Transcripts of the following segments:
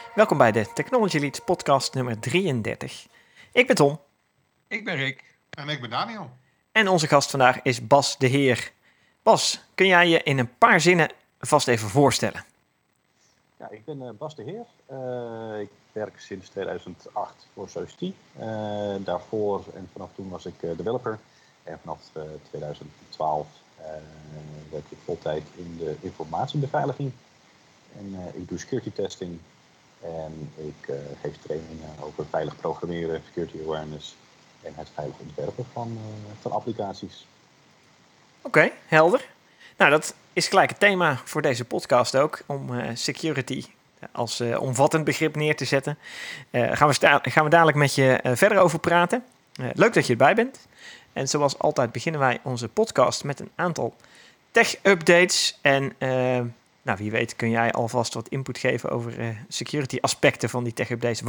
Welkom bij de Technology Leads podcast nummer 33. Ik ben Tom. Ik ben Rick. En ik ben Daniel. En onze gast vandaag is Bas de Heer. Bas, kun jij je in een paar zinnen vast even voorstellen? Ja, ik ben Bas de Heer. Ik werk sinds 2008 voor Society. Daarvoor en vanaf toen was ik developer. En vanaf 2012 werk ik voltijd in de informatiebeveiliging. En ik doe security testing. En ik geef trainingen over veilig programmeren, security awareness en het veilig ontwerpen van applicaties. Oké, helder. Nou, dat is gelijk het thema voor deze podcast ook, om security als omvattend begrip neer te zetten. Gaan we dadelijk met je verder over praten. Leuk dat je erbij bent. En zoals altijd beginnen wij onze podcast met een aantal tech-updates. En wie weet kun jij alvast wat input geven over security aspecten van die tech-updates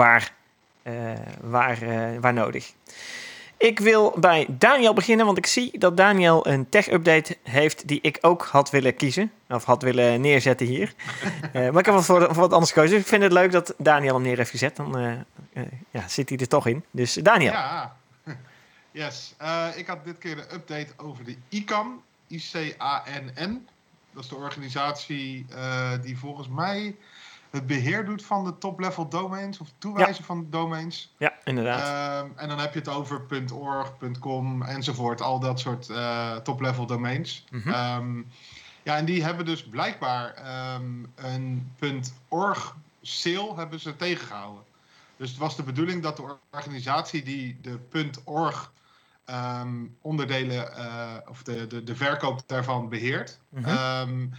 waar nodig. Ik wil bij Daniel beginnen, want ik zie dat Daniel een tech-update heeft die ik ook had willen kiezen. Of had willen neerzetten hier. Maar ik heb voor wat anders gekozen. Dus ik vind het leuk dat Daniel hem neer heeft gezet. Dan zit hij er toch in. Dus Daniel. Ja, yes. Ik had dit keer een update over de ICANN. ICANN. Dat is de organisatie die volgens mij het beheer doet van de top-level domains, of het toewijzen van de domains. Ja, inderdaad. En dan heb je het over .org, .com enzovoort, al dat soort top-level domains. Mm-hmm. En die hebben dus blijkbaar een .org sale hebben ze tegengehouden. Dus het was de bedoeling dat de organisatie die de .org onderdelen, of de verkoop daarvan beheert, Mm-hmm.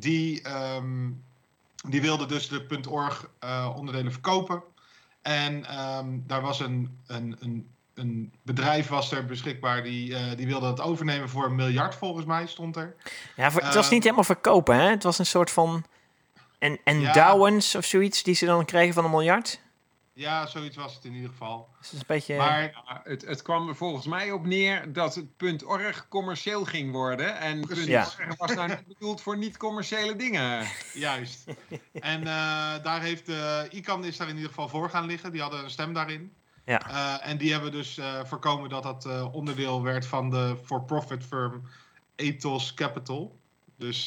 Die wilde dus de .org onderdelen verkopen. En daar was een bedrijf was er beschikbaar die wilde dat overnemen voor $1 miljard, volgens mij, stond er. Ja, het was niet helemaal verkopen, hè? Het was een soort van endowance of zoiets die ze dan kregen van $1 miljard. Ja, zoiets was het in ieder geval. Dus het is een beetje... Maar het kwam er volgens mij op neer dat het .org commercieel ging worden. En .org was nou niet bedoeld voor niet-commerciële dingen. Juist. En daar heeft ICANN is daar in ieder geval voor gaan liggen. Die hadden een stem daarin. Ja. En die hebben dus voorkomen dat dat onderdeel werd van de for-profit firm Ethos Capital. Dus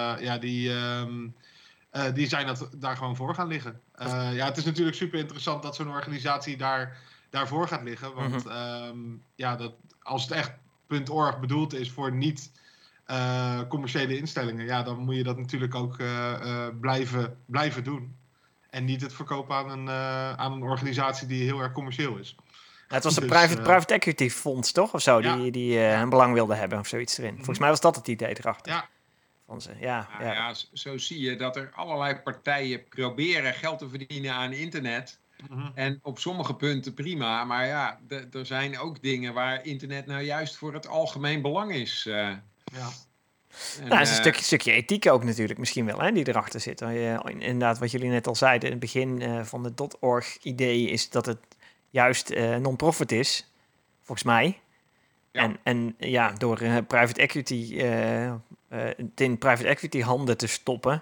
die zijn daar gewoon voor gaan liggen. Het is natuurlijk super interessant dat zo'n organisatie daarvoor gaat liggen. Want als het echt .org bedoeld is voor niet commerciële instellingen, dan moet je dat natuurlijk ook blijven doen. En niet het verkopen aan een organisatie die heel erg commercieel is. Ja, het was een private equity fonds, toch? Of zo, die een belang wilde hebben of zoiets erin. Volgens mij was dat het idee erachter. Ja. Van ze. Zo zie je dat er allerlei partijen proberen geld te verdienen aan internet. Mm-hmm. En op sommige punten prima. Maar ja, er zijn ook dingen waar internet nou juist voor het algemeen belang is. Ja. Het is een stukje ethiek ook natuurlijk misschien wel, hè, die erachter zit. Inderdaad, wat jullie net al zeiden, in het begin van het .org-idee is dat het juist non-profit is, volgens mij. Ja. En door private equity het in private equity handen te stoppen.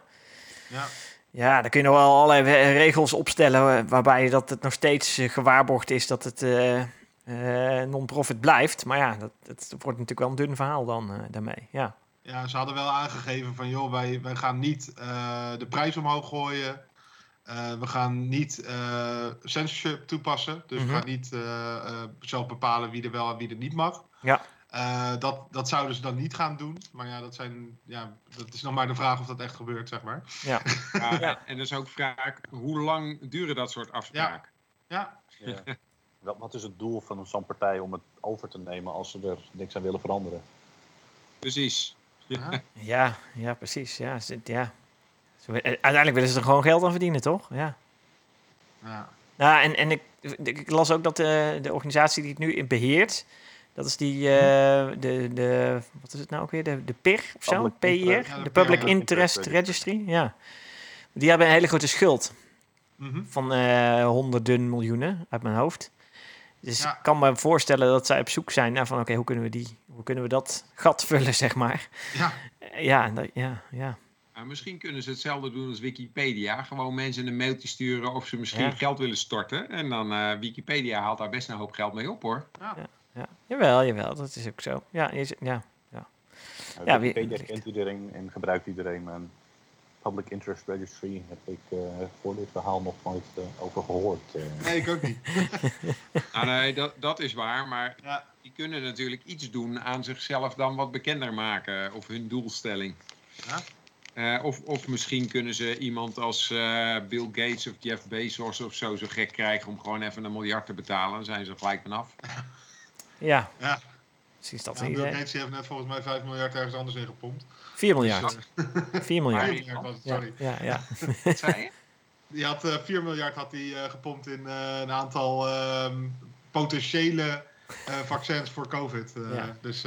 Ja, dan kun je nog wel allerlei regels opstellen waarbij dat het nog steeds gewaarborgd is dat het non-profit blijft. Maar ja, dat wordt natuurlijk wel een dun verhaal dan daarmee. Ja. Ja, ze hadden wel aangegeven van joh, wij gaan niet de prijs omhoog gooien. We gaan niet censorship toepassen. Dus we gaan niet zelf bepalen wie er wel en wie er niet mag. Ja. Dat zouden ze dan niet gaan doen. Maar dat is nog maar de vraag of dat echt gebeurt, zeg maar. Ja. En dus ook vraag, hoe lang duren dat soort afspraken? Ja. Wat is het doel van zo'n partij om het over te nemen als ze er niks aan willen veranderen? Precies. Ja, precies. Ja. Uiteindelijk willen ze er gewoon geld aan verdienen, toch? Ja. Nou, en ik las ook dat de organisatie die het nu beheert, dat is die, wat is het nou ook weer? De PIR of zo? PIR? De Public Interest Registry. Ja. Die hebben een hele grote schuld van honderden miljoenen uit mijn hoofd. Dus ik kan me voorstellen dat zij op zoek zijn naar van hoe kunnen we dat gat vullen, zeg maar. Ja. Ja. Misschien kunnen ze hetzelfde doen als Wikipedia. Gewoon mensen een mailtje sturen of ze misschien geld willen storten. En dan Wikipedia haalt daar best een hoop geld mee op, hoor. Ja. Jawel, dat is ook zo. Ja. Wikipedia kent iedereen en gebruikt iedereen. Maar Public Interest Registry heb ik voor dit verhaal nog nooit over gehoord. Nee, ik ook niet. Nee, dat is waar. Maar die kunnen natuurlijk iets doen aan zichzelf dan wat bekender maken. Of hun doelstelling. Ja? Of misschien kunnen ze iemand als Bill Gates of Jeff Bezos of zo gek krijgen om gewoon even $1 miljard te betalen. Dan zijn ze er gelijk vanaf. Ja. Bill Gates heeft net volgens mij 5 miljard ergens anders in gepompt. 4 miljard. 4 miljard. 4 miljard was het, sorry. Ja. Wat zei je? Die had 4 miljard had hij gepompt in een aantal potentiële vaccins voor COVID. Dus...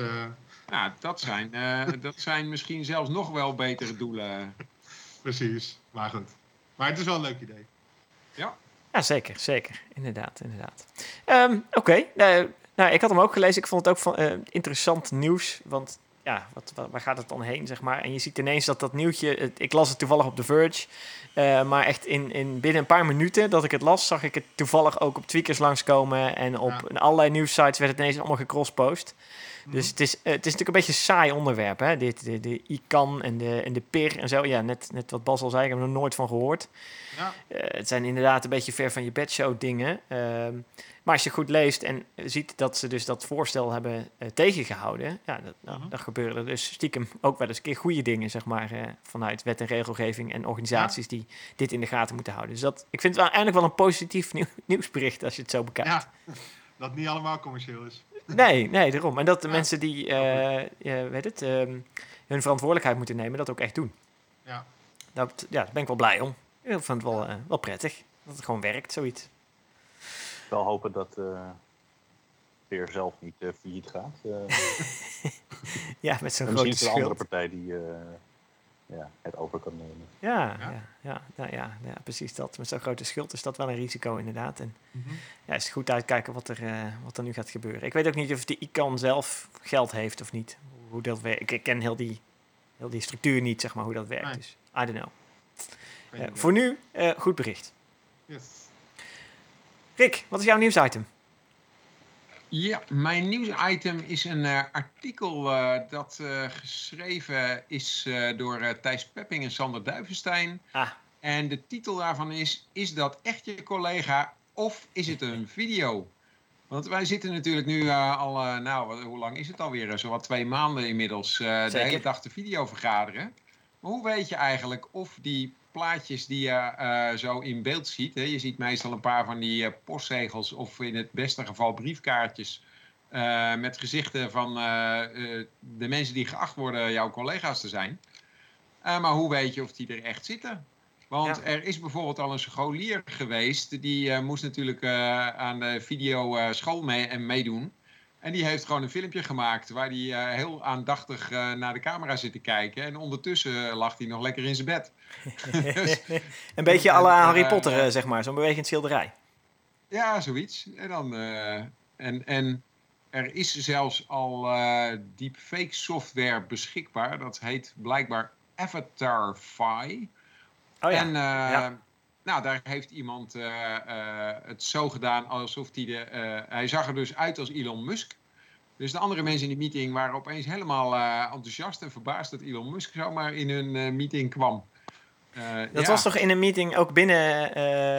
dat zijn misschien zelfs nog wel betere doelen. Precies, maar goed. Maar het is wel een leuk idee. Ja, zeker. Inderdaad. Oké. Nou, ik had hem ook gelezen. Ik vond het ook interessant nieuws. Want ja, waar gaat het dan heen, zeg maar? En je ziet ineens dat nieuwtje... Ik las het toevallig op The Verge. Maar echt binnen een paar minuten dat ik het las... zag ik het toevallig ook op Tweakers langskomen. En op allerlei nieuwsites werd het ineens allemaal gecrosspost. Dus het is natuurlijk een beetje een saai onderwerp, hè? De ICANN en de PIR en zo. Ja, net wat Bas al zei, ik heb er nog nooit van gehoord. Ja. Het zijn inderdaad een beetje ver van je bedshow dingen. Maar als je goed leest en ziet dat ze dus dat voorstel hebben tegengehouden... Ja, dan gebeuren er dus stiekem ook wel eens een keer goede dingen, zeg maar... vanuit wet en regelgeving en organisaties die dit in de gaten moeten houden. Dus ik vind het wel eigenlijk wel een positief nieuwsbericht als je het zo bekijkt. Ja, dat het niet allemaal commercieel is. Nee, daarom. En dat de mensen die hun verantwoordelijkheid moeten nemen, dat ook echt doen. Ja. Daar ben ik wel blij om. Ik vind het wel prettig. Dat het gewoon werkt, zoiets. Wel hopen dat Peer zelf niet failliet gaat. Ja, met zo'n grote schuld. Misschien is er een andere partij die het over kan nemen. Ja, precies dat. Met zo'n grote schuld is dat wel een risico inderdaad. En is het goed uitkijken wat er nu gaat gebeuren. Ik weet ook niet of die ICANN zelf geld heeft of niet. Hoe dat werkt. Ik ken heel die structuur niet, zeg maar, hoe dat werkt. Nee. Dus I don't know. Voor nu, goed bericht. Yes. Rick, wat is jouw nieuwsitem? Ja, mijn nieuwsitem is een artikel dat geschreven is door Thijs Pepping en Sander Duivenstein. En de titel daarvan is dat echt je collega of is het een video? Want wij zitten natuurlijk nu hoe lang is het alweer? Zowat 2 maanden inmiddels de hele dag de video vergaderen. Maar hoe weet je eigenlijk of die plaatjes die je zo in beeld ziet... Hè, je ziet meestal een paar van die postzegels of in het beste geval briefkaartjes... met gezichten van de mensen die geacht worden jouw collega's te zijn. Maar hoe weet je of die er echt zitten? Want er is bijvoorbeeld al een scholier geweest... die moest natuurlijk aan de videoschool meedoen... En die heeft gewoon een filmpje gemaakt waar hij heel aandachtig naar de camera zit te kijken. En ondertussen lag hij nog lekker in zijn bed. Dus, een beetje à la Harry Potter, zeg maar. Zo'n bewegend schilderij. Ja, zoiets. En er is zelfs al deepfake software beschikbaar. Dat heet blijkbaar Avatarify. Oh ja. En daar heeft iemand het zo gedaan alsof hij zag er dus uit als Elon Musk. Dus de andere mensen in die meeting waren opeens helemaal enthousiast en verbaasd dat Elon Musk zomaar in hun meeting kwam. Dat was toch in een meeting ook binnen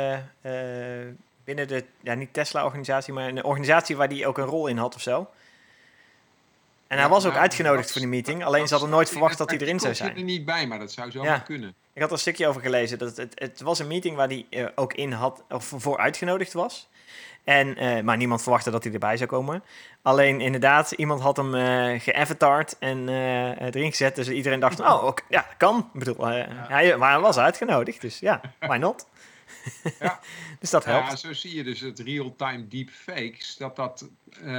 de, niet Tesla-organisatie, maar een organisatie waar die ook een rol in had of zo? En hij was ook uitgenodigd voor die meeting, alleen ze hadden nooit verwacht dat hij erin zou zijn. Ik zit er niet bij, maar dat zou zo wel kunnen. Ik had er een stukje over gelezen. Dat het was een meeting waar hij ook in had, of voor uitgenodigd was. Maar niemand verwachtte dat hij erbij zou komen. Alleen inderdaad, iemand had hem geavatard en erin gezet. Dus iedereen dacht, kan. Ik bedoel, hij was uitgenodigd, dus ja, why not? Ja. Dus dat helpt. Ja, zo zie je dus het real-time deepfakes. Dat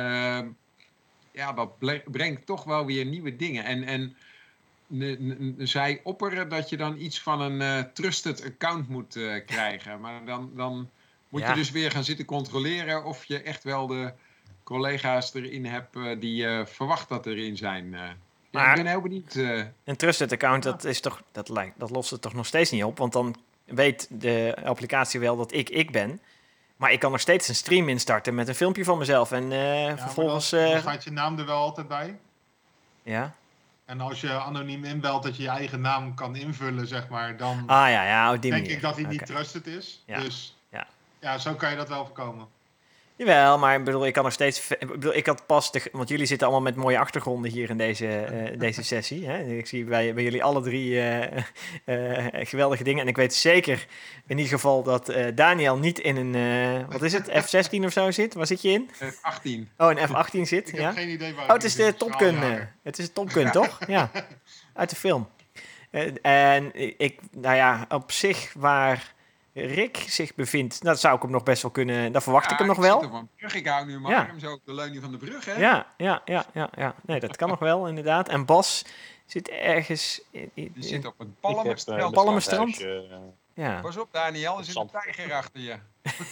brengt toch wel weer nieuwe dingen. En zij opperen dat je dan iets van een trusted account moet krijgen. Maar dan moet je dus weer gaan zitten controleren of je echt wel de collega's erin hebt die je verwacht dat erin zijn. Ja, ik ben heel benieuwd. Een trusted account, dat lost het toch nog steeds niet op. Want dan weet de applicatie wel dat ik ben. Maar ik kan nog steeds een stream instarten met een filmpje van mezelf. En vervolgens... Dan staat je naam er wel altijd bij. Ja. En als je anoniem inbelt dat je je eigen naam kan invullen, zeg maar, dan op die denk manier. ik dat hij niet trusted is. Ja. Dus ja, zo kan je dat wel voorkomen. Jawel, maar ik bedoel, ik kan nog steeds... Ik had pas... want jullie zitten allemaal met mooie achtergronden hier in deze sessie. Hè? Ik zie bij jullie alle drie geweldige dingen. En ik weet zeker in ieder geval dat Daniel niet in een... wat is het? F16 of zo zit? Waar zit je in? F18. Oh, in F18 zit, ik heb geen idee waar. Het is de Top Gun. Het is de Top Gun, toch? Ja, uit de film. En op zich waar Rick zich bevindt, dat zou ik hem nog best wel kunnen. Dat verwacht ik hem nog wel. Ik hou nu maar hem zo op de leuning van de brug, hè? Ja. Nee, dat kan nog wel, inderdaad. En Bas zit ergens... Die zit op het Palmenstrand. Ja. Pas op, Daniel, er zit een tijger achter je.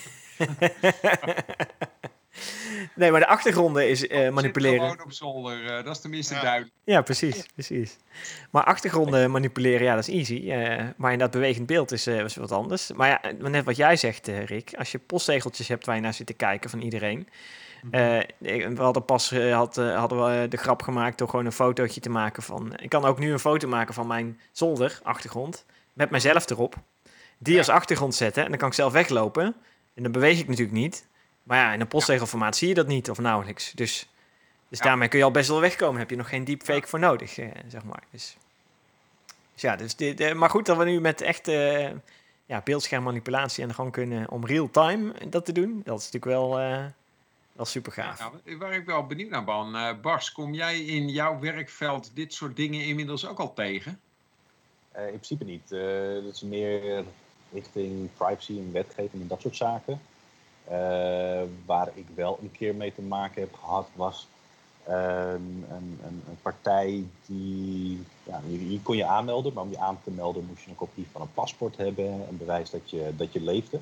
Nee, maar de achtergronden is manipuleren. Gewoon op zolder, dat is tenminste duidelijk. Ja, precies. Maar achtergronden manipuleren, ja, dat is easy. Maar in dat bewegend beeld is wat anders. Maar ja, net wat jij zegt, Rick. Als je postzegeltjes hebt waar je naar zit te kijken van iedereen. We hadden pas hadden we de grap gemaakt door gewoon een fotootje te maken van... Ik kan ook nu een foto maken van mijn zolderachtergrond met mijzelf erop. Die als achtergrond zetten en dan kan ik zelf weglopen. En dan beweeg ik natuurlijk niet. Maar ja, in een postzegelformaat zie je dat niet of nauwelijks. Dus daarmee kun je al best wel wegkomen. Daar heb je nog geen deepfake voor nodig, zeg maar. Dus ja, maar goed dat we nu met echte beeldschermmanipulatie aan de gang kunnen om real-time dat te doen. Dat is natuurlijk wel super gaaf. Ja, waar ik wel benieuwd naar ben, Bas, kom jij in jouw werkveld dit soort dingen inmiddels ook al tegen? In principe niet. Dat is meer richting privacy en wetgeving en dat soort zaken. Waar ik wel een keer mee te maken heb gehad was een partij die... Ja, je kon je aanmelden, maar om je aan te melden moest je een kopie van een paspoort hebben. Een bewijs dat je leefde.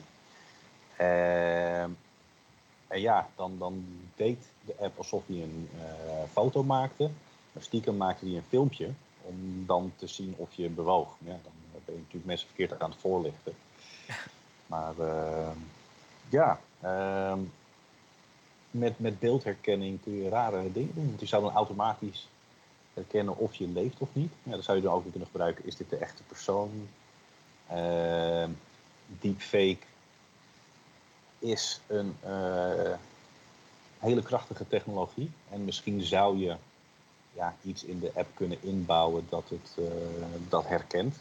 En ja, dan deed de app alsof hij een foto maakte. Maar stiekem maakte hij een filmpje om dan te zien of je bewoog. Ja, dan ben je natuurlijk mensen verkeerd aan het voorlichten. Maar met beeldherkenning kun je rare dingen doen. Want je zou dan automatisch herkennen of je leeft of niet. Ja, dan zou je dan ook weer kunnen gebruiken, is dit de echte persoon? Deepfake is een hele krachtige technologie. En misschien zou je iets in de app kunnen inbouwen dat het dat herkent.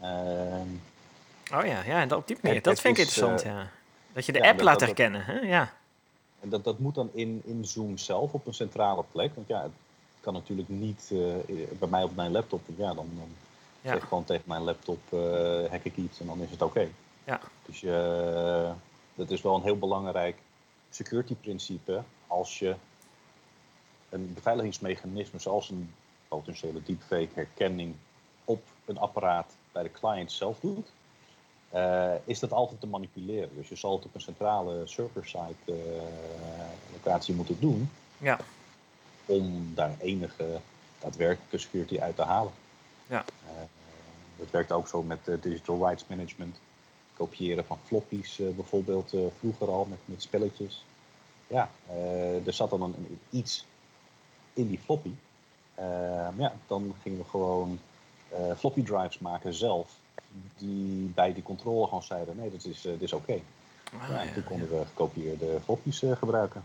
Op die manier. Dat vind ik interessant, ja. Dat je de app laat herkennen, hè? Ja. En dat moet dan in Zoom zelf op een centrale plek. Want ja, het kan natuurlijk niet bij mij op mijn laptop. Ja, dan zeg ik gewoon tegen mijn laptop hack ik iets en dan is het oké. Ja. Dus dat is wel een heel belangrijk security principe als je een beveiligingsmechanisme zoals een potentiële deepfake herkenning op een apparaat bij de client zelf doet. Is dat altijd te manipuleren. Dus je zal het op een centrale server-side locatie moeten doen. Ja. Om daar enige daadwerkelijke security uit te halen. Ja. Dat werkt ook zo met digital rights management. Kopiëren van floppies bijvoorbeeld vroeger al met spelletjes. Ja, er zat dan iets in die floppy. Dan gingen we gewoon floppy drives maken zelf. Die bij die controle gewoon zeiden, nee, dit is oké. Toen konden we gekopieerde floppies gebruiken.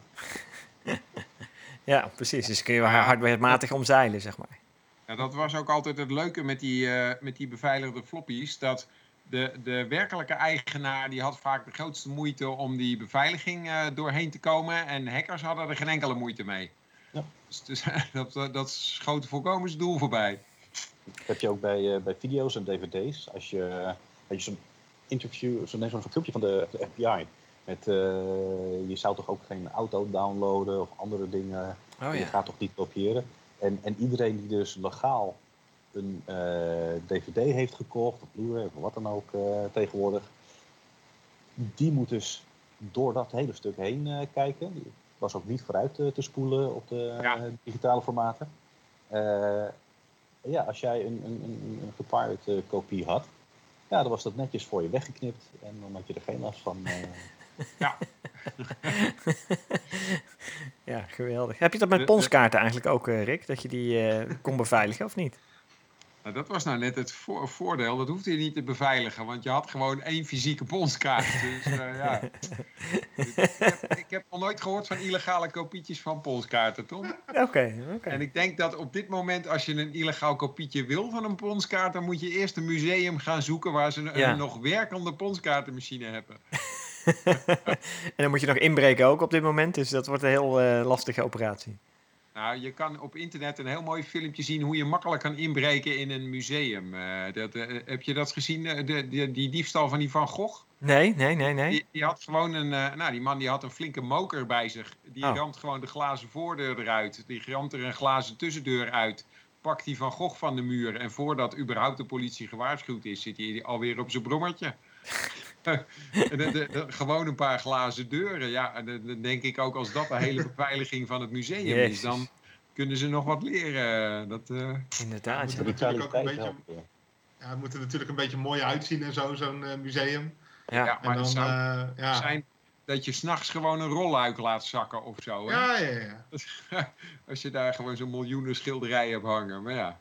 Ja, precies. Dus kun je hardwarematig omzeilen, zeg maar. Ja, dat was ook altijd het leuke met die beveiligde floppies. Dat de werkelijke eigenaar die had vaak de grootste moeite om die beveiliging doorheen te komen. En hackers hadden er geen enkele moeite mee. Ja. Dus dat schoot volkomen zijn doel voorbij. Dat heb je ook bij video's en dvd's. Als je zo'n interview, zo'n filmpje van de FBI. Je zou toch ook geen auto downloaden of andere dingen. Je gaat toch niet kopiëren. En iedereen die dus legaal een dvd heeft gekocht, of Blu-ray of wat dan ook tegenwoordig. Die moet dus door dat hele stuk heen kijken. Het was ook niet vooruit te spoelen op de digitale formaten. Ja, als jij een gepirate kopie had, ja, dan was dat netjes voor je weggeknipt en dan had je er geen last van. Ja. Ja, geweldig. Heb je dat met ponskaarten eigenlijk ook, Rick? Dat je die kon beveiligen of niet? Nou, dat was nou net het voordeel. Dat hoefde je niet te beveiligen, want je had gewoon 1 fysieke ponskaart. Dus ja. Ik heb nog nooit gehoord van illegale kopietjes van ponskaarten, Tom. Oké. En ik denk dat op dit moment, als je een illegaal kopietje wil van een ponskaart, dan moet je eerst een museum gaan zoeken waar ze een nog werkende ponskaartenmachine hebben. En dan moet je nog inbreken ook op dit moment, dus dat wordt een heel lastige operatie. Nou, je kan op internet een heel mooi filmpje zien hoe je makkelijk kan inbreken in een museum. Heb je dat gezien, die diefstal van die Van Gogh? Nee. Die had gewoon die man die had een flinke moker bij zich. Die ramt gewoon de glazen voordeur eruit. Die ramt er een glazen tussendeur uit. Pakt die Van Gogh van de muur. En voordat überhaupt de politie gewaarschuwd is, zit hij alweer op zijn brommertje. Gewoon een paar glazen deuren. Ja, dan denk ik ook, als dat de hele beveiliging van het museum is, dan kunnen ze nog wat leren. Inderdaad. Het moet er natuurlijk een beetje mooi uitzien en zo, zo'n museum. Ja, maar dan zou zijn dat je 's nachts gewoon een rolluik laat zakken of zo. Hè? Ja. Als je daar gewoon zo'n miljoenen schilderijen hebt hangen. Maar ja,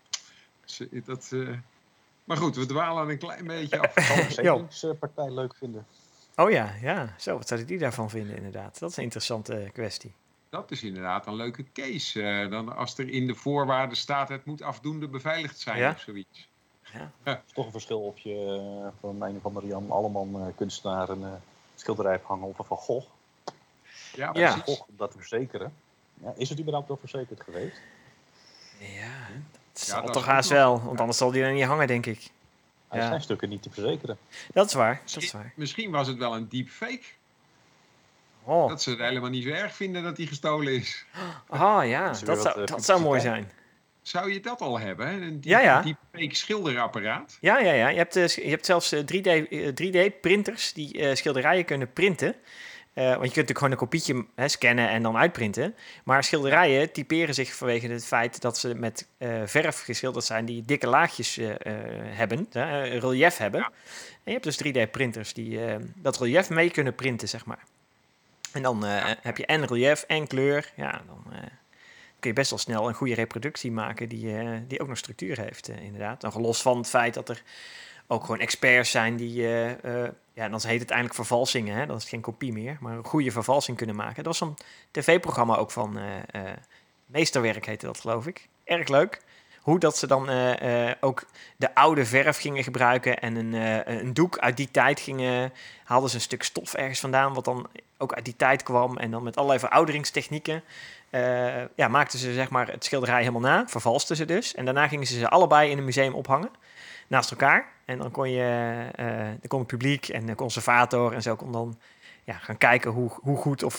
maar goed, we dwalen een klein beetje af. Zou de verzekeringspartij leuk vinden? Oh ja. Zo, wat zou die daarvan vinden inderdaad? Dat is een interessante kwestie. Dat is inderdaad een leuke case. Dan als er in de voorwaarden staat, het moet afdoende beveiligd zijn of zoiets. Ja. Het is toch een verschil of je van een of andere Jan Alleman kunstenaar een schilderij hebt hangen of een Van Gogh. Ja, Van Gogh, dat te verzekeren. Ja, is het überhaupt wel verzekerd geweest? Ja, dat zal toch haast wel, want anders zal die er niet hangen, denk ik. Er zijn stukken niet te verzekeren. Dat is waar. Misschien was het wel een deepfake. Oh. Dat ze het helemaal niet zo erg vinden dat die gestolen is. Dat zou mooi zijn. Zou je dat al hebben? Een deepfake schilderapparaat? Ja. Je hebt zelfs 3D-printers die schilderijen kunnen printen. Want je kunt natuurlijk gewoon een kopietje scannen en dan uitprinten. Maar schilderijen typeren zich vanwege het feit dat ze met verf geschilderd zijn die dikke laagjes hebben, relief hebben. Ja. En je hebt dus 3D-printers die dat relief mee kunnen printen, zeg maar. En dan heb je en relief en kleur. Ja, dan kun je best wel snel een goede reproductie maken die ook nog structuur heeft, inderdaad. Dan los van het feit dat er ook gewoon experts zijn die, dan heet het eindelijk vervalsingen, hè? Dat is geen kopie meer, maar een goede vervalsing kunnen maken. Dat was een tv-programma ook van Meesterwerk heette dat, geloof ik. Erg leuk. Hoe dat ze dan ook de oude verf gingen gebruiken en een doek uit die tijd haalden ze een stuk stof ergens vandaan, wat dan ook uit die tijd kwam. En dan met allerlei verouderingstechnieken maakten ze zeg maar het schilderij helemaal na, vervalsten ze dus. En daarna gingen ze allebei in een museum ophangen, naast elkaar. En dan kon het publiek en de conservator en zo kon dan gaan kijken hoe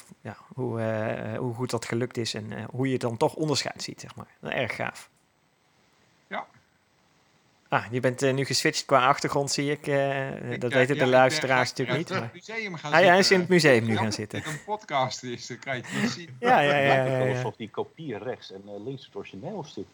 goed dat gelukt is en hoe je dan toch onderscheid ziet, zeg maar. Dat is erg gaaf. Ja. Je bent nu geswitcht qua achtergrond, zie ik. Dat weten de luisteraars natuurlijk niet. Hij is in het museum nu gaan zitten. Als het een podcast is, dan kan je het niet zien. Ja. Alsof die kopie rechts en links het origineel zit.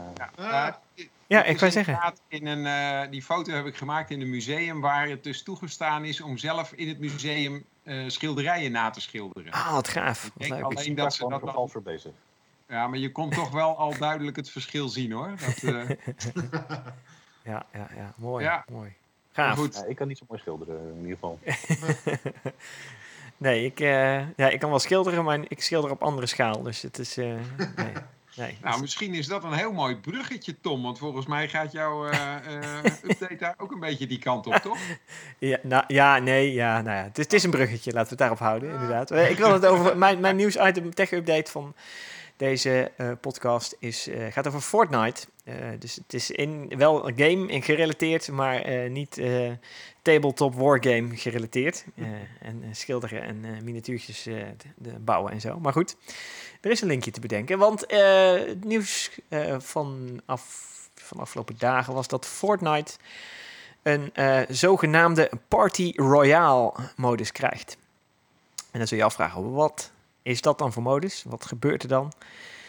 Ik wou zeggen. Die foto heb ik gemaakt in een museum waar het dus toegestaan is om zelf in het museum schilderijen na te schilderen. Wat gaaf. Ik denk alleen dat ze dat al voor bezig. Ja, maar je kon toch wel al duidelijk het verschil zien, hoor. Ja, mooi. Ja. Mooi. Gaaf. Goed. Ik kan niet zo mooi schilderen, in ieder geval. Nee, ik kan wel schilderen, maar ik schilder op andere schaal. Dus het is... Nee. Nou, misschien is dat een heel mooi bruggetje, Tom. Want volgens mij gaat jouw update daar ook een beetje die kant op, toch? Het is een bruggetje. Laten we het daarop houden, inderdaad. Ik wil het over... Mijn nieuwsitem, tech-update van deze podcast gaat over Fortnite. Dus het is wel een game gerelateerd, maar niet tabletop wargame gerelateerd. En schilderen en miniatuurtjes bouwen en zo. Maar goed, er is een linkje te bedenken. Want het nieuws van afgelopen dagen was dat Fortnite een zogenaamde Party Royale modus krijgt. En dan zul je afvragen, wat is dat dan voor modus? Wat gebeurt er dan?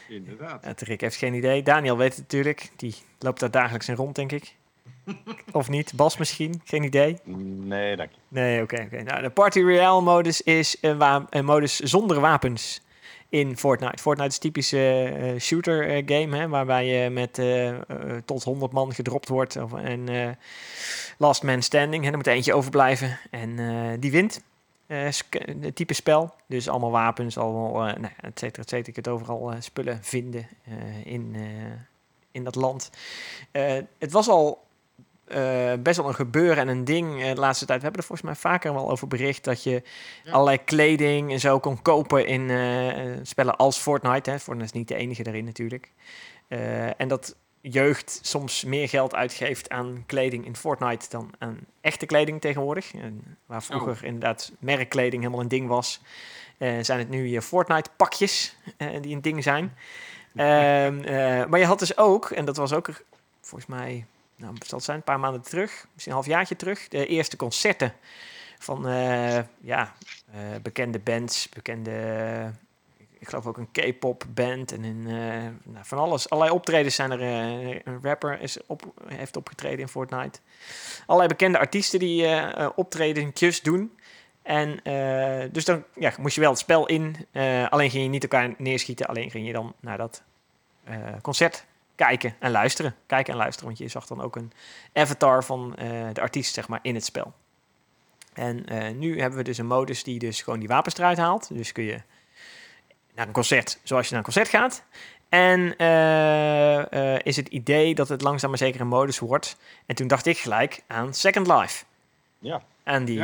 Inderdaad. Rick heeft geen idee. Daniel weet het natuurlijk. Die loopt daar dagelijks in rond, denk ik. Of niet? Bas misschien? Geen idee? Nee, dank je. Nee, oké. Nou, de Party Royale modus is een modus zonder wapens in Fortnite. Fortnite is een typische shooter game, hè, waarbij je met tot 100 man gedropt wordt. En last man standing. Hè, er moet eentje overblijven en die wint. Het type spel. Dus allemaal wapens, allemaal et cetera, et cetera. Je kunt overal spullen vinden in dat land. Het was al best wel een gebeuren en een ding de laatste tijd. We hebben er volgens mij vaker wel over bericht dat je allerlei kleding en zo kon kopen in spellen als Fortnite. Hè. Fortnite is niet de enige daarin natuurlijk. En dat jeugd soms meer geld uitgeeft aan kleding in Fortnite dan aan echte kleding tegenwoordig. Waar vroeger inderdaad merkkleding helemaal een ding was, zijn het nu Fortnite pakjes die een ding zijn. Maar je had dus ook, en dat was ook volgens mij, nou, het zal zijn, een paar maanden terug, misschien een halfjaartje terug, de eerste concerten van bekende bands, ik geloof ook een K-pop band en van alles. Allerlei optredens zijn er. Een rapper heeft opgetreden in Fortnite. Allerlei bekende artiesten die optredentjes doen. En dus dan moest je wel het spel in. Alleen ging je niet elkaar neerschieten. Alleen ging je dan naar dat concert kijken en luisteren. Want je zag dan ook een avatar van de artiest, zeg maar, in het spel. En nu hebben we dus een modus die dus gewoon die wapens eruit haalt. Dus kun je naar een concert, zoals je naar een concert gaat. En is het idee dat het langzaam maar zeker een modus wordt. En toen dacht ik gelijk aan Second Life. Ja. En die,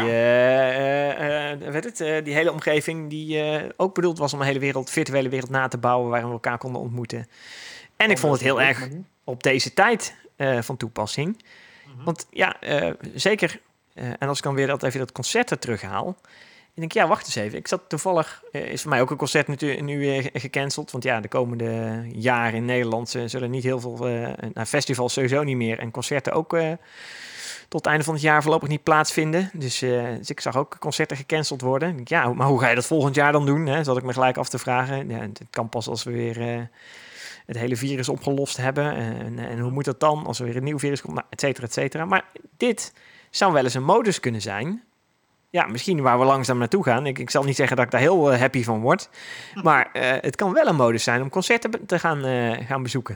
die hele omgeving die ook bedoeld was om een hele virtuele wereld na te bouwen waarin we elkaar konden ontmoeten. En ik vond het heel erg op deze tijd van toepassing. Mm-hmm. Want zeker, en als ik dan weer even dat concert er terughaal. Ik denk, wacht eens even. Ik zat toevallig, is voor mij ook een concert nu gecanceld. Want de komende jaren in Nederland zullen niet heel veel, festivals sowieso niet meer. En concerten ook tot het einde van het jaar voorlopig niet plaatsvinden. Dus ik zag ook concerten gecanceld worden. Ik denk, maar hoe ga je dat volgend jaar dan doen? Hè? Zat ik me gelijk af te vragen. Ja, het kan pas als we weer het hele virus opgelost hebben. En hoe moet dat dan als er weer een nieuw virus komt? Nou, et cetera, et cetera. Maar dit zou wel eens een modus kunnen zijn. Ja, misschien waar we langzaam naartoe gaan. Ik zal niet zeggen dat ik daar heel happy van word. Maar het kan wel een modus zijn om concerten te gaan bezoeken.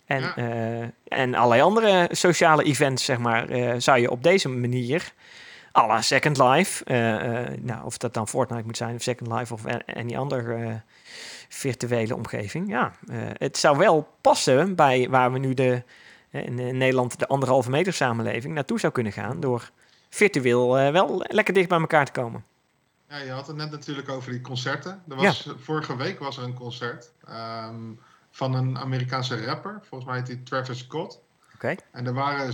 En allerlei andere sociale events, zeg maar, zou je op deze manier, à la Second Life, of dat dan Fortnite moet zijn, of Second Life, of any andere virtuele omgeving. Ja, het zou wel passen bij waar we nu in Nederland de 1,5 meter samenleving naartoe zou kunnen gaan, door virtueel wel lekker dicht bij elkaar te komen. Ja, je had het net natuurlijk over die concerten. Vorige week was er een concert van een Amerikaanse rapper. Volgens mij heet hij Travis Scott. Okay. En er waren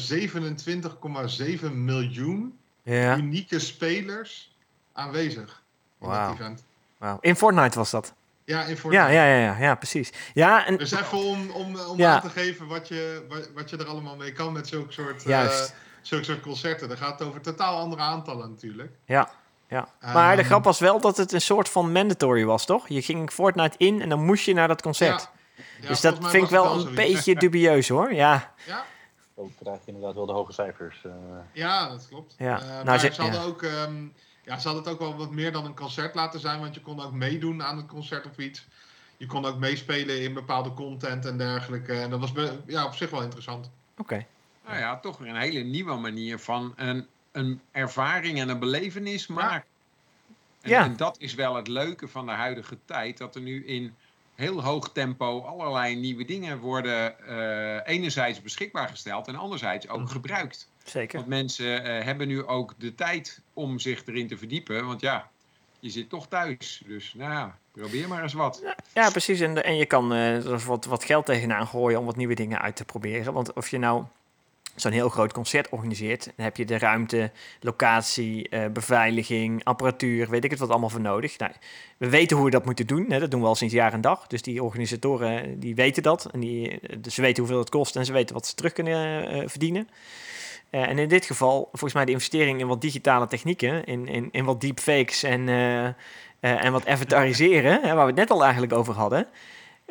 27,7 miljoen unieke spelers aanwezig in dat event. Wow. In Fortnite was dat? Ja, in Fortnite. Ja, precies. Ja, en, dus even om aan te geven wat je er allemaal mee kan met zulke soort concerten. Dan gaat het over totaal andere aantallen natuurlijk. Ja. Maar de grap was wel dat het een soort van mandatory was, toch? Je ging Fortnite in en dan moest je naar dat concert. Ja, dus dat vind ik wel een beetje dubieus, hoor. Ja. Dan krijg je inderdaad wel de hoge cijfers. Ja, dat klopt. Ja. Maar ze hadden ook... ze hadden het ook wel wat meer dan een concert laten zijn, want je kon ook meedoen aan het concert of iets. Je kon ook meespelen in bepaalde content en dergelijke. En dat was op zich wel interessant. Oké. Nou ja, toch weer een hele nieuwe manier van een ervaring en een belevenis maken. En dat is wel het leuke van de huidige tijd, dat er nu in heel hoog tempo allerlei nieuwe dingen worden enerzijds beschikbaar gesteld en anderzijds ook gebruikt. Zeker. Want mensen hebben nu ook de tijd om zich erin te verdiepen. Want je zit toch thuis. Dus probeer maar eens wat. Ja, precies. En je kan er wat geld tegenaan gooien om wat nieuwe dingen uit te proberen. Want of je nou zo'n heel groot concert organiseert, dan heb je de ruimte, locatie, beveiliging, apparatuur, weet ik het wat allemaal voor nodig. Nou, we weten hoe we dat moeten doen. Hè? Dat doen we al sinds jaar en dag. Dus die organisatoren die weten dat. En dus ze weten hoeveel het kost en ze weten wat ze terug kunnen verdienen. En in dit geval, volgens mij de investering in wat digitale technieken, in wat deepfakes en wat avatariseren, waar we het net al eigenlijk over hadden,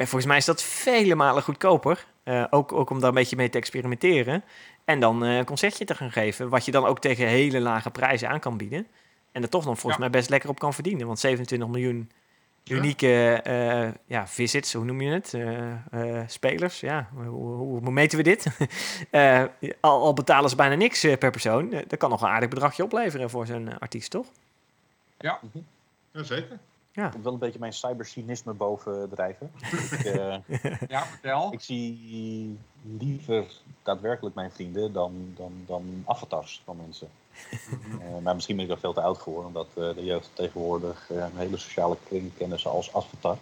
volgens mij is dat vele malen goedkoper. Ook om daar een beetje mee te experimenteren. En dan een concertje te gaan geven. Wat je dan ook tegen hele lage prijzen aan kan bieden. En er toch nog volgens mij best lekker op kan verdienen. Want 27 miljoen unieke visits, hoe noem je het? Spelers, ja. Hoe meten we dit? Al betalen ze bijna niks per persoon. Dat kan nog een aardig bedragje opleveren voor zo'n artiest, toch? Ja. Zeker. Ja. Ik moet wel een beetje mijn cybercynisme bovendrijven. Ja, vertel. Ik zie liever daadwerkelijk mijn vrienden dan avatars van mensen. Maar misschien ben ik wel veel te oud geworden, omdat de jeugd tegenwoordig een hele sociale kring kennen ze als avatar.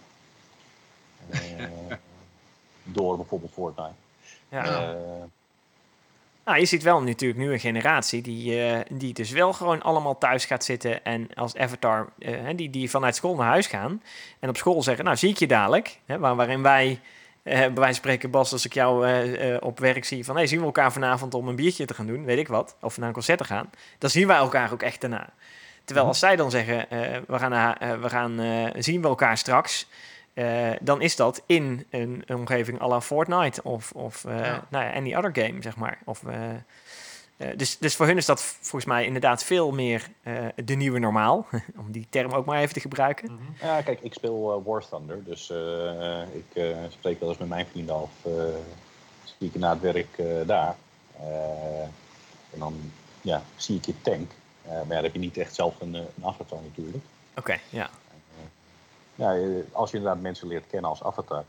Door bijvoorbeeld Fortnite. Ja. Nou, je ziet wel natuurlijk nu een generatie die dus wel gewoon allemaal thuis gaat zitten en als avatar, die vanuit school naar huis gaan en op school zeggen, nou zie ik je dadelijk, waarin wij, bij wijze van spreken, Bas, als ik jou op werk zie van, zien we elkaar vanavond om een biertje te gaan doen, weet ik wat, of naar een concert te gaan, dan zien wij elkaar ook echt daarna. Terwijl als zij dan zeggen, zien we elkaar straks, dan is dat in een omgeving à la Fortnite of any other game, zeg maar. Dus voor hun is dat volgens mij inderdaad veel meer de nieuwe normaal. Om die term ook maar even te gebruiken. Mm-hmm. Ja, kijk, ik speel War Thunder. Dus ik spreek wel eens met mijn vrienden af. Zie ik na het werk daar. En dan zie ik je tank. Maar dan heb je niet echt zelf een avatar natuurlijk. Oké, ja. Als je inderdaad mensen leert kennen als avatar,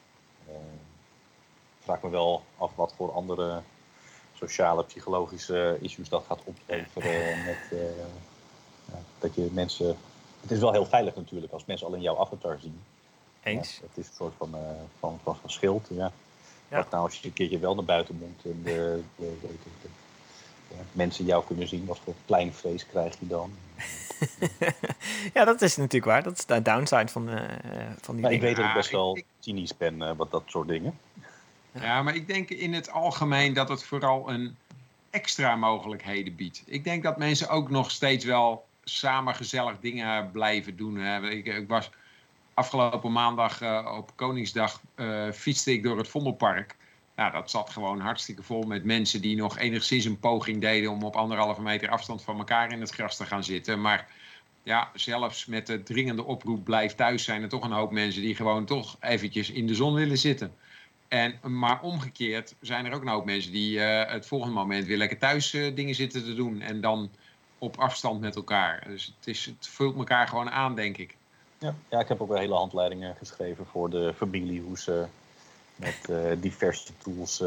vraag me wel af wat voor andere sociale, psychologische issues dat gaat opleveren. Dat je mensen. Het is wel heel veilig natuurlijk als mensen alleen jouw avatar zien. Eens. Het is een soort van schild. Ja. Wat nou als je een keertje wel naar buiten moet en de mensen jou kunnen zien, wat voor klein vlees krijg je dan? Ja, dat is natuurlijk waar. Dat is de downside van die dingen. Ik weet dat ik best wel cynisch ben wat dat soort dingen. Ja, maar ik denk in het algemeen dat het vooral een extra mogelijkheden biedt. Ik denk dat mensen ook nog steeds wel samen gezellig dingen blijven doen. Ik was afgelopen maandag op Koningsdag fietste ik door het Vondelpark. Nou, dat zat gewoon hartstikke vol met mensen die nog enigszins een poging deden om op 1,5 meter afstand van elkaar in het gras te gaan zitten. Maar ja, zelfs met de dringende oproep blijf thuis zijn er toch een hoop mensen die gewoon toch eventjes in de zon willen zitten. Maar omgekeerd zijn er ook een hoop mensen die het volgende moment weer lekker thuis dingen zitten te doen. En dan op afstand met elkaar. Dus het vult elkaar gewoon aan, denk ik. Ja, ik heb ook wel hele handleidingen geschreven voor de familie. Hoe ze met diverse tools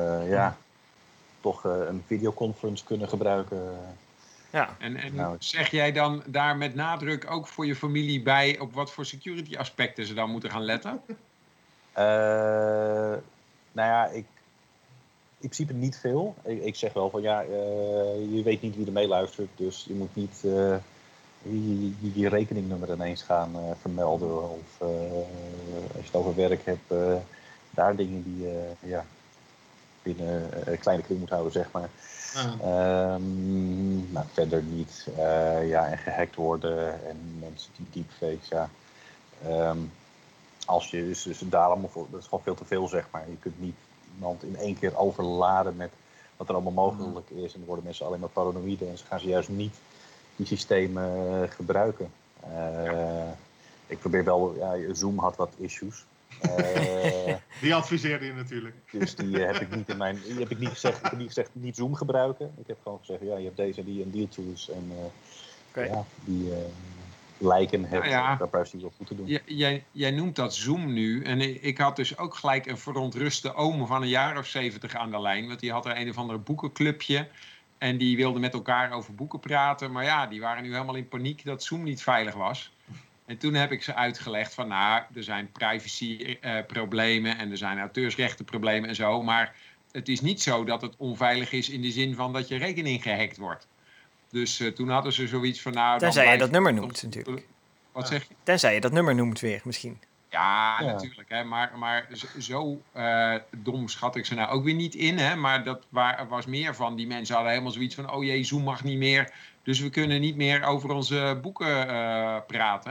toch een videoconference kunnen gebruiken. Ja. En zeg jij dan daar met nadruk ook voor je familie bij op wat voor security aspecten ze dan moeten gaan letten? In principe niet veel. Ik zeg wel van je weet niet wie er meeluistert, dus je moet niet je rekeningnummer ineens gaan vermelden. Of als je het over werk hebt, daar dingen die je binnen een kleine kring moet houden, zeg maar. Verder niet. En gehackt worden en mensen die deepfakes, als je dus daarom, dat is gewoon veel te veel, zeg maar. Je kunt niet iemand in één keer overladen met wat er allemaal mogelijk is. En dan worden mensen alleen maar paranoïde en ze gaan ze juist niet die systemen gebruiken. Ik probeer wel, Zoom had wat issues. Die adviseerde je natuurlijk. Dus die heb ik niet in mijn. Die heb ik niet gezegd. Ik heb niet gezegd niet Zoom gebruiken. Ik heb gewoon gezegd, je hebt deze en die en die tools. En die lijken het daar precies wel goed te doen. Jij noemt dat Zoom nu. En ik had dus ook gelijk een verontruste oom van een jaar of 70 aan de lijn. Want die had er een of ander boekenclubje. En die wilden met elkaar over boeken praten. Maar die waren nu helemaal in paniek dat Zoom niet veilig was. En toen heb ik ze uitgelegd van er zijn privacyproblemen en er zijn auteursrechtenproblemen en zo. Maar het is niet zo dat het onveilig is in de zin van dat je rekening gehackt wordt. Dus toen hadden ze zoiets van tenzij je dat nummer noemt natuurlijk. Wat zeg je? Tenzij je dat nummer noemt weer misschien. Ja, natuurlijk. Hè. Maar zo dom schat ik ze nou ook weer niet in. Hè. Maar dat was meer van, die mensen hadden helemaal zoiets van, oh jee, Zoom mag niet meer. Dus we kunnen niet meer over onze boeken praten.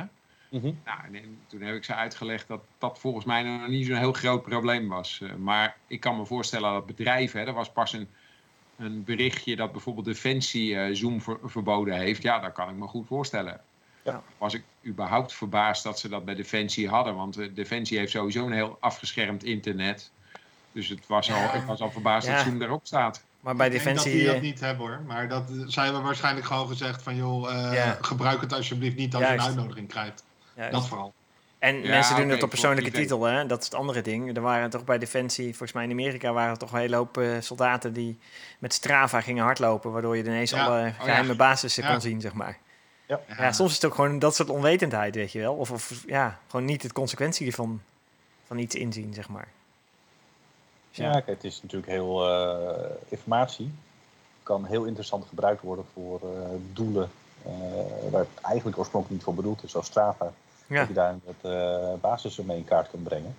Nou, en toen heb ik ze uitgelegd dat dat volgens mij nog niet zo'n heel groot probleem was. Maar ik kan me voorstellen dat bedrijven, er was pas een berichtje dat bijvoorbeeld Defensie Zoom verboden heeft. Ja, dat kan ik me goed voorstellen. Ja. Was ik überhaupt verbaasd dat ze dat bij Defensie hadden. Want Defensie heeft sowieso een heel afgeschermd internet. Dus ik was al verbaasd dat Zoom erop staat. Maar bij Defensie... Ik denk dat die dat niet hebben hoor. Maar dat zijn we waarschijnlijk gewoon gezegd van joh, gebruik het alsjeblieft niet als je een uitnodiging krijgt. Juist. Dat vooral. En mensen doen het op persoonlijke titel, hè? Dat is het andere ding. Er waren toch bij Defensie, volgens mij in Amerika, waren er toch een hele hoop soldaten die met Strava gingen hardlopen, waardoor je ineens alle geheime basissen kon zien, zeg maar. Ja, soms is het ook gewoon dat soort onwetendheid, weet je wel. Of gewoon niet de consequentie van iets inzien, zeg maar. Dus kijk, het is natuurlijk heel... informatie kan heel interessant gebruikt worden voor doelen waar het eigenlijk oorspronkelijk niet voor bedoeld is, zoals Strava. Dat je daar met basissen mee in kaart kan brengen.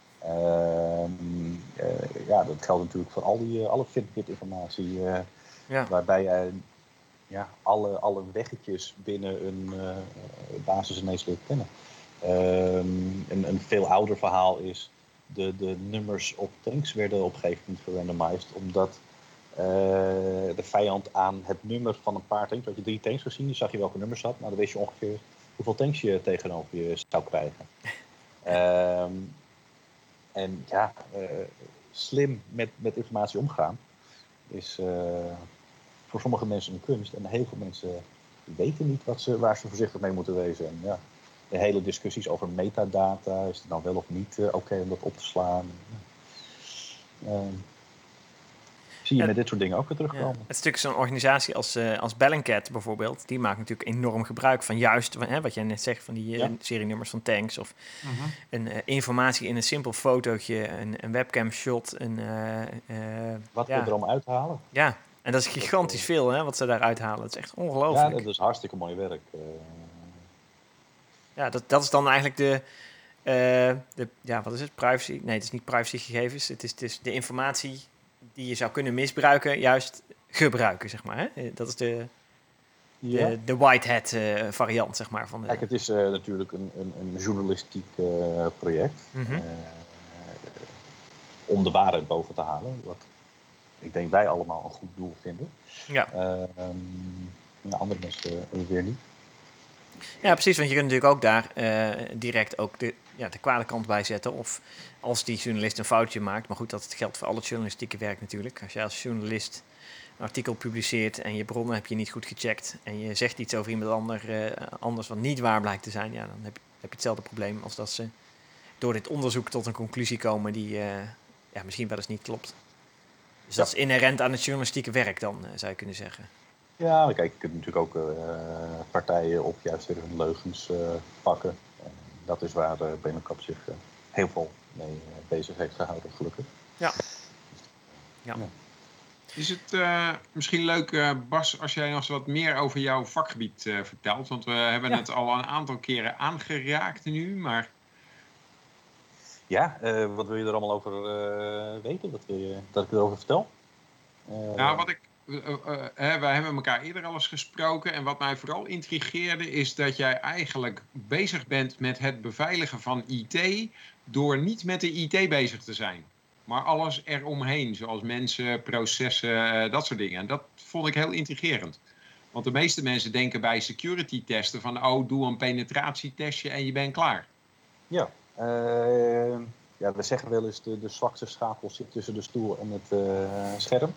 Dat geldt natuurlijk voor alle Fitbit-informatie. Waarbij je alle weggetjes binnen een basis ineens leert kennen. Een veel ouder verhaal is de nummers op tanks werden op een gegeven moment gerandomized, omdat de vijand aan het nummer van een paar tanks, had je 3 tanks gezien, dan zag je welke nummers zat, nou dan wist je ongeveer hoeveel tanks je tegenover je zou krijgen. Slim met informatie omgaan is voor sommige mensen een kunst. En heel veel mensen weten niet waar ze voorzichtig mee moeten wezen. En de hele discussies over metadata, is het dan wel of niet oké om dat op te slaan? Zie je met dit soort dingen ook weer terugkomen. Het is natuurlijk zo'n organisatie als Bellingcat bijvoorbeeld. Die maakt natuurlijk enorm gebruik van juist wat jij net zegt van die serienummers van tanks. Of een informatie in een simpel fotootje, een webcam shot. Wat we er allemaal uithalen. Ja, en dat is gigantisch veel wat ze daar uithalen. Dat is echt ongelooflijk. Ja, dat is hartstikke mooi werk. Ja, dat is dan eigenlijk wat is het? Privacy? Nee, het is niet privacygegevens. Het is de informatie die je zou kunnen misbruiken, juist gebruiken, zeg maar. Hè? Dat is de white hat variant, zeg maar. Kijk, het is natuurlijk een journalistiek project. Om de waarheid boven te halen. Wat ik denk wij allemaal een goed doel vinden. Ja. Andere mensen weer niet. Ja, precies. Want je kunt natuurlijk ook daar direct ook de kwade kant bij zetten. Of als die journalist een foutje maakt. Maar goed, dat geldt voor al het journalistieke werk natuurlijk. Als je als journalist een artikel publiceert en je bronnen heb je niet goed gecheckt. En je zegt iets over iemand anders wat niet waar blijkt te zijn. Ja, dan heb je hetzelfde probleem als dat ze door dit onderzoek tot een conclusie komen die misschien wel eens niet klopt. Dus dat is inherent aan het journalistieke werk dan, zou je kunnen zeggen. Ja, maar kijk, je kunt natuurlijk ook partijen op juist weer hun leugens pakken. En dat is waar Benelkap zich heel veel mee bezig heeft gehouden, gelukkig. Ja. Is het misschien leuk, Bas, als jij nog eens wat meer over jouw vakgebied vertelt? Want we hebben het al een aantal keren aangeraakt nu, maar... Ja, wat wil je er allemaal over weten? Wat wil je dat ik erover vertel? Wij hebben elkaar eerder al eens gesproken. En wat mij vooral intrigeerde is dat jij eigenlijk bezig bent met het beveiligen van IT... door niet met de IT bezig te zijn. Maar alles eromheen, zoals mensen, processen, dat soort dingen. En dat vond ik heel intrigerend. Want de meeste mensen denken bij security testen van... doe een penetratietestje en je bent klaar. Ja, we zeggen wel eens de zwakste schakel zit tussen de stoel en het scherm.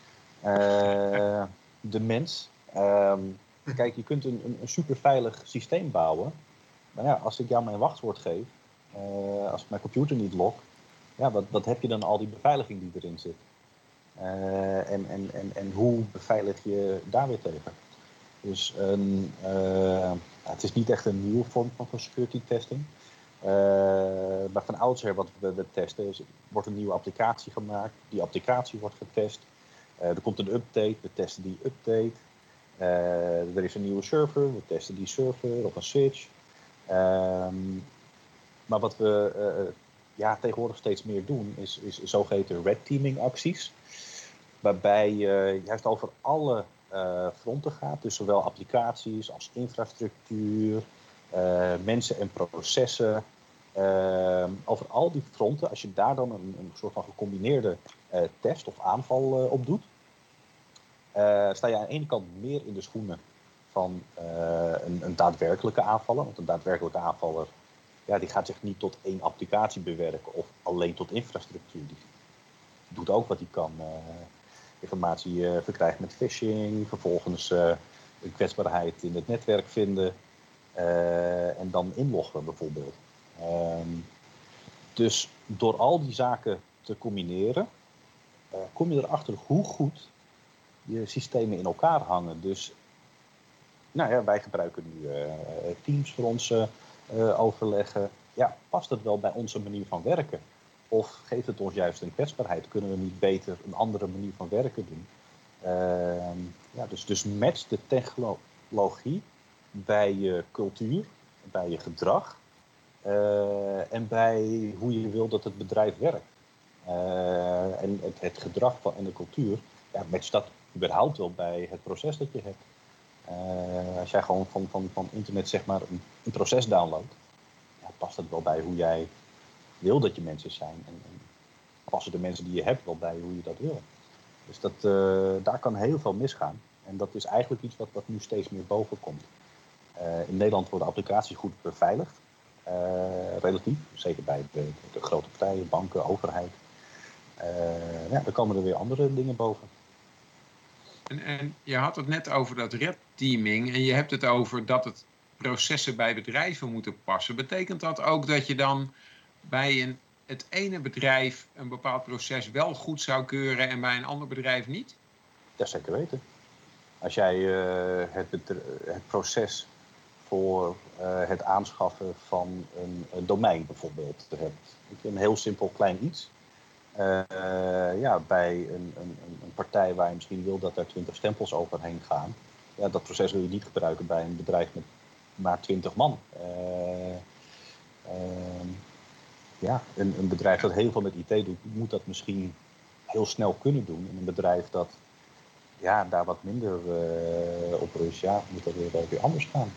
De mens. Kijk, je kunt een superveilig systeem bouwen. Maar ja, als ik jou mijn wachtwoord geef, als ik mijn computer niet log, wat heb je dan al die beveiliging die erin zit? En hoe beveilig je daar weer tegen? Dus het is niet echt een nieuwe vorm van security testing. Maar van oudsher wat we testen is, er wordt een nieuwe applicatie gemaakt. Die applicatie wordt getest. Er komt een update, we testen die update. Er is een nieuwe server, we testen die server op een switch. Maar wat we tegenwoordig steeds meer doen, is zogeheten red teaming acties. Waarbij je juist over alle fronten gaat, dus zowel applicaties als infrastructuur, mensen en processen. Over al die fronten, als je daar dan een soort van gecombineerde test of aanval op doet, sta je aan de ene kant meer in de schoenen van een daadwerkelijke aanvaller. Want een daadwerkelijke aanvaller, die gaat zich niet tot één applicatie bewerken of alleen tot infrastructuur. Die doet ook wat hij kan. Informatie verkrijgen met phishing, vervolgens een kwetsbaarheid in het netwerk vinden en dan inloggen bijvoorbeeld. Dus door al die zaken te combineren, kom je erachter hoe goed je systemen in elkaar hangen. Dus wij gebruiken nu Teams voor ons overleggen. Ja, past het wel bij onze manier van werken? Of geeft het ons juist een kwetsbaarheid? Kunnen we niet beter een andere manier van werken doen? Dus match de technologie bij je cultuur, bij je gedrag en bij hoe je wil dat het bedrijf werkt. En het gedrag en de cultuur, match dat überhaupt wel bij het proces dat je hebt. Als jij gewoon van internet zeg maar een proces downloadt, past het wel bij hoe jij wil dat je mensen zijn. En passen de mensen die je hebt wel bij hoe je dat wil. Dus daar kan heel veel misgaan. En dat is eigenlijk iets wat nu steeds meer boven komt. In Nederland worden applicaties goed beveiligd. Relatief. Zeker bij de grote partijen, banken, overheid. Dan komen er weer andere dingen boven. En je had het net over dat red teaming. En je hebt het over dat het processen bij bedrijven moeten passen. Betekent dat ook dat je dan bij het ene bedrijf een bepaald proces wel goed zou keuren en bij een ander bedrijf niet? Dat zeker weten. Als jij het proces voor het aanschaffen van een domein bijvoorbeeld hebt. Een heel simpel klein iets. Bij een partij waar je misschien wil dat er 20 stempels overheen gaan. Ja, dat proces wil je niet gebruiken bij een bedrijf met maar 20 man. Een bedrijf dat heel veel met IT doet, moet dat misschien heel snel kunnen doen. En een bedrijf dat daar wat minder op is, moet dat weer anders gaan.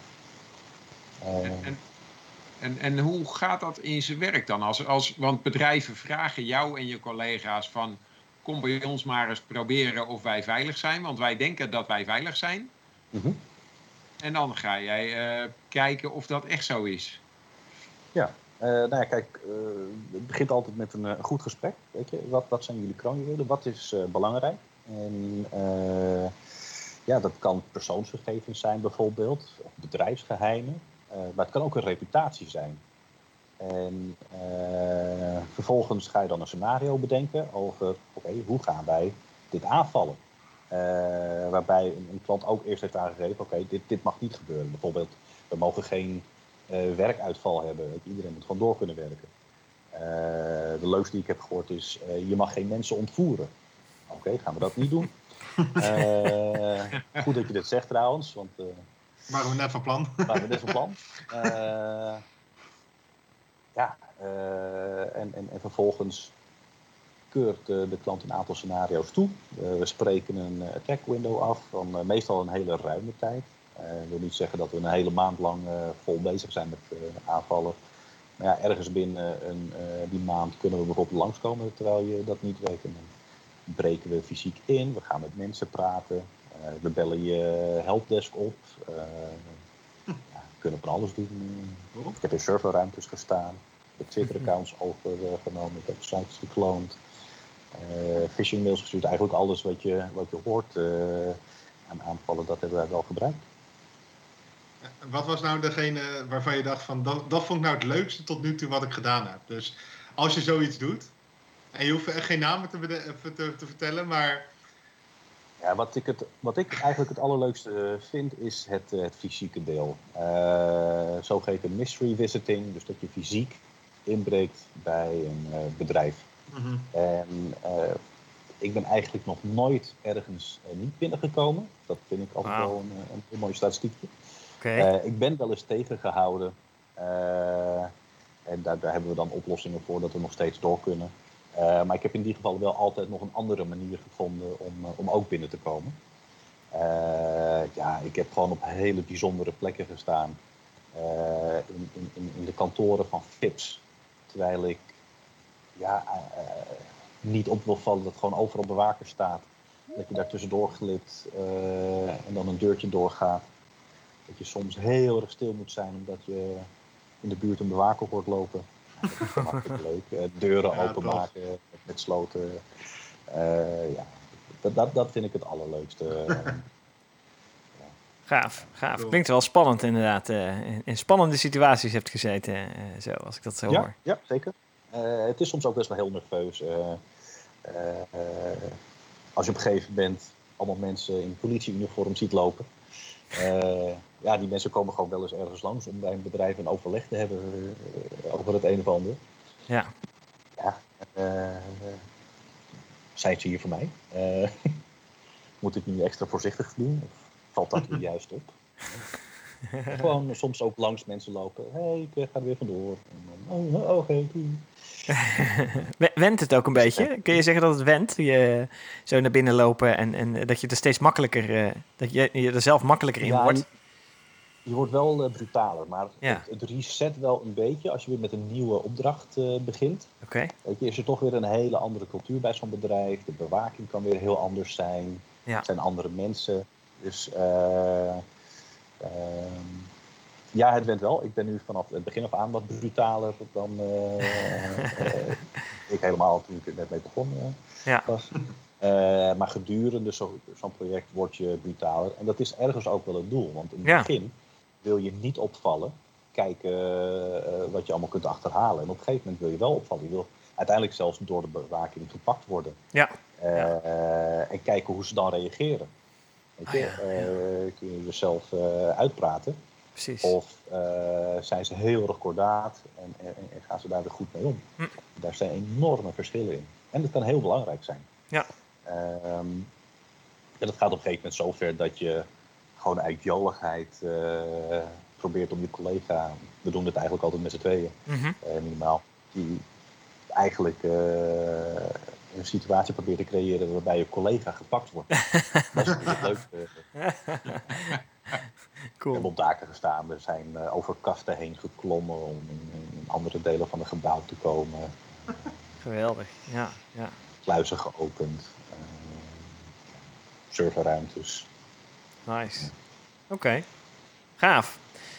En hoe gaat dat in zijn werk dan? Want bedrijven vragen jou en je collega's van, kom bij ons maar eens proberen of wij veilig zijn, want wij denken dat wij veilig zijn. Mm-hmm. En dan ga jij kijken of dat echt zo is. Ja. Kijk, het begint altijd met een goed gesprek. Weet je? Wat zijn jullie kroonjuwelen? Wat is belangrijk? En dat kan persoonsgegevens zijn bijvoorbeeld, of bedrijfsgeheimen. Maar het kan ook een reputatie zijn. En vervolgens ga je dan een scenario bedenken over, hoe gaan wij dit aanvallen? Waarbij een klant ook eerst heeft aangegeven, dit mag niet gebeuren. Bijvoorbeeld, we mogen geen werkuitval hebben. Iedereen moet gewoon door kunnen werken. De leukste die ik heb gehoord is, je mag geen mensen ontvoeren. Oké, gaan we dat niet doen. Goed dat je dit zegt trouwens, want... waren we net van plan. En vervolgens keurt de klant een aantal scenario's toe. We spreken een attack window af van meestal een hele ruime tijd. Dat wil niet zeggen dat we een hele maand lang vol bezig zijn met aanvallen. Maar ergens binnen die maand kunnen we bijvoorbeeld langskomen terwijl je dat niet weet. En dan breken we fysiek in, we gaan met mensen praten, we bellen je helpdesk op. We kunnen van alles doen. Ik heb in serverruimtes gestaan, ik heb Twitter-accounts overgenomen, ik heb sites gekloond, phishing mails gestuurd. Eigenlijk alles wat je hoort aan aanvallen, dat hebben wij wel gebruikt. Wat was nou degene waarvan je dacht van, dat vond ik nou het leukste tot nu toe wat ik gedaan heb? Dus als je zoiets doet, en je hoeft echt geen namen te vertellen, maar... Ja, wat ik eigenlijk het allerleukste vind, is het fysieke deel. Zogeheten mystery visiting, dus dat je fysiek inbreekt bij een bedrijf. Mm-hmm. En ik ben eigenlijk nog nooit ergens niet binnengekomen. Dat vind ik altijd wel een mooi statistiekje. Okay. Ik ben wel eens tegengehouden. En daar hebben we dan oplossingen voor dat we nog steeds door kunnen. Maar ik heb in ieder geval wel altijd nog een andere manier gevonden om ook binnen te komen. Ik heb gewoon op hele bijzondere plekken gestaan. in de kantoren van Philips. Terwijl ik niet op wil vallen dat gewoon overal bewaker staat. Dat je daar tussendoor glipt en dan een deurtje doorgaat. Dat je soms heel erg stil moet zijn omdat je in de buurt een bewaker hoort lopen. Dat is gewoon hartstikke leuk. Deuren openmaken met sloten. Dat vind ik het allerleukste. Gaaf. Klinkt wel spannend inderdaad. In spannende situaties hebt gezeten, zo, als ik dat zo hoor. Ja, zeker. Het is soms ook best wel heel nerveus. Als je op een gegeven moment allemaal mensen in politieuniform ziet lopen. Die mensen komen gewoon wel eens ergens langs om bij een bedrijf een overleg te hebben over het een of ander. Ja. Zijn ze hier voor mij? Moet ik nu extra voorzichtig doen? Of valt dat nu juist op? Gewoon soms ook langs mensen lopen. Ik ga er weer vandoor. Oké. Wendt het ook een beetje? Kun je zeggen dat het wendt? Je zo naar binnen lopen en dat je er steeds makkelijker, dat je er zelf makkelijker in wordt? Je wordt wel brutaler, maar het reset wel een beetje als je weer met een nieuwe opdracht begint. Okay. Weet je, is er toch weer een hele andere cultuur bij zo'n bedrijf. De bewaking kan weer heel anders zijn. Het zijn andere mensen. Dus het went wel. Ik ben nu vanaf het begin af aan wat brutaler dan ik helemaal toen ik er net mee begon was. Maar gedurende zo'n project word je brutaler. En dat is ergens ook wel het doel. Want in het begin wil je niet opvallen. Kijken wat je allemaal kunt achterhalen. En op een gegeven moment wil je wel opvallen. Je wil uiteindelijk zelfs door de bewaking gepakt worden. En kijken hoe ze dan reageren. Weet je? Kun je jezelf uitpraten. Precies. Of zijn ze heel erg kordaat en gaan ze daar weer goed mee om. Daar zijn enorme verschillen in. En dat kan heel belangrijk zijn. Ja. En dat gaat op een gegeven moment zo ver dat je gewoon uit joligheid probeert om je collega... We doen het eigenlijk altijd met z'n tweeën, minimaal. Die eigenlijk een situatie probeert te creëren waarbij je collega gepakt wordt. Dat is het leukste. Cool. We hebben op daken gestaan, we zijn over kasten heen geklommen om in andere delen van het gebouw te komen. Geweldig, ja. Kluizen geopend, serverruimtes. Nice. Oké. Gaaf.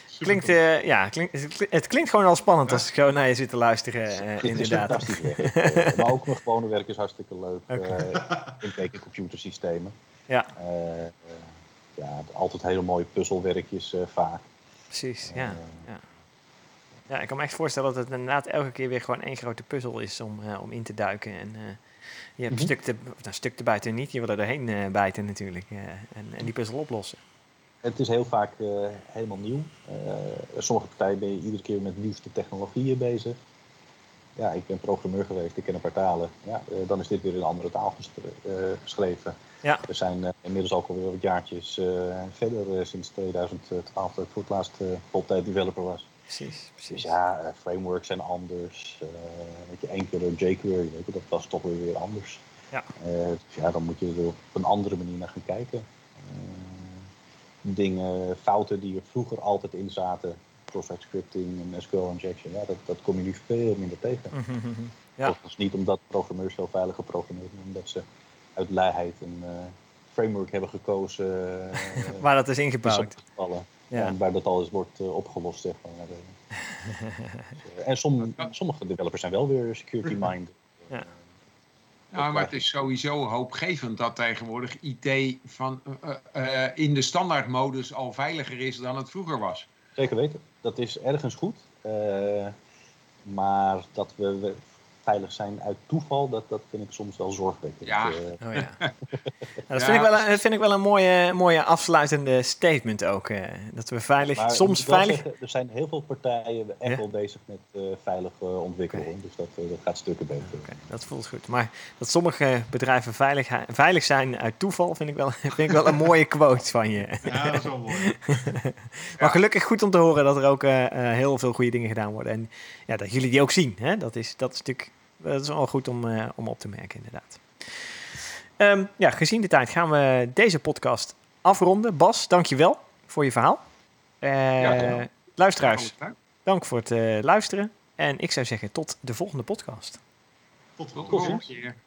Het klinkt gewoon al spannend als ik zo naar je zit te luisteren, inderdaad. Het is fantastisch werk. Maar ook mijn gewone werk is hartstikke leuk. Intake computersystemen. Ja. Altijd hele mooie puzzelwerkjes vaak. Precies, ja, ik kan me echt voorstellen dat het inderdaad elke keer weer gewoon één grote puzzel is om in te duiken. En je hebt een stuk te buiten niet, je wil er doorheen bijten natuurlijk. En die puzzel oplossen. Het is heel vaak helemaal nieuw. Sommige partijen ben je iedere keer met nieuwste technologieën bezig. Ja, ik ben programmeur geweest, ik ken een paar talen. Dan is dit weer in een andere taal geschreven. Ja. We zijn inmiddels ook alweer wat jaartjes verder sinds 2012 dat ik voor het laatst fulltime developer was. Precies. Dus frameworks zijn anders. Één keer door jQuery, dat was toch weer anders. Ja. Dus dan moet je er op een andere manier naar gaan kijken. Fouten die er vroeger altijd in zaten, cross-site scripting en SQL injection, dat kom je nu veel minder tegen. Dat is niet omdat programmeurs veel veiliger programmeren, omdat ze uit luiheid een framework hebben gekozen. Waar dat is ingebouwd. En waar dat alles wordt opgelost, zeg maar. En sommige developers zijn wel weer security-minded. Maar het is sowieso hoopgevend dat tegenwoordig IT in de standaardmodus al veiliger is dan het vroeger was. Zeker weten. Dat is ergens goed. Maar dat we veilig zijn uit toeval, dat vind ik soms wel zorgwekkend. Ja. Dat vind ik wel een mooie afsluitende statement ook. Dat we veilig, maar soms veilig... Zeggen, er zijn heel veel partijen echt wel bezig met veilige ontwikkeling. Dus dat gaat stukken beter. Dat voelt goed. Maar dat sommige bedrijven veilig zijn uit toeval, vind ik wel een mooie quote van je. Ja, dat is wel mooi. Maar gelukkig goed om te horen dat er ook heel veel goede dingen gedaan worden. En dat jullie die ook zien. Hè? Dat is natuurlijk... Dat is wel goed om op te merken, inderdaad. Gezien de tijd gaan we deze podcast afronden. Bas, dank je wel voor je verhaal. luisteraars, dank voor het luisteren. En ik zou zeggen tot de volgende podcast. Tot de volgende keer.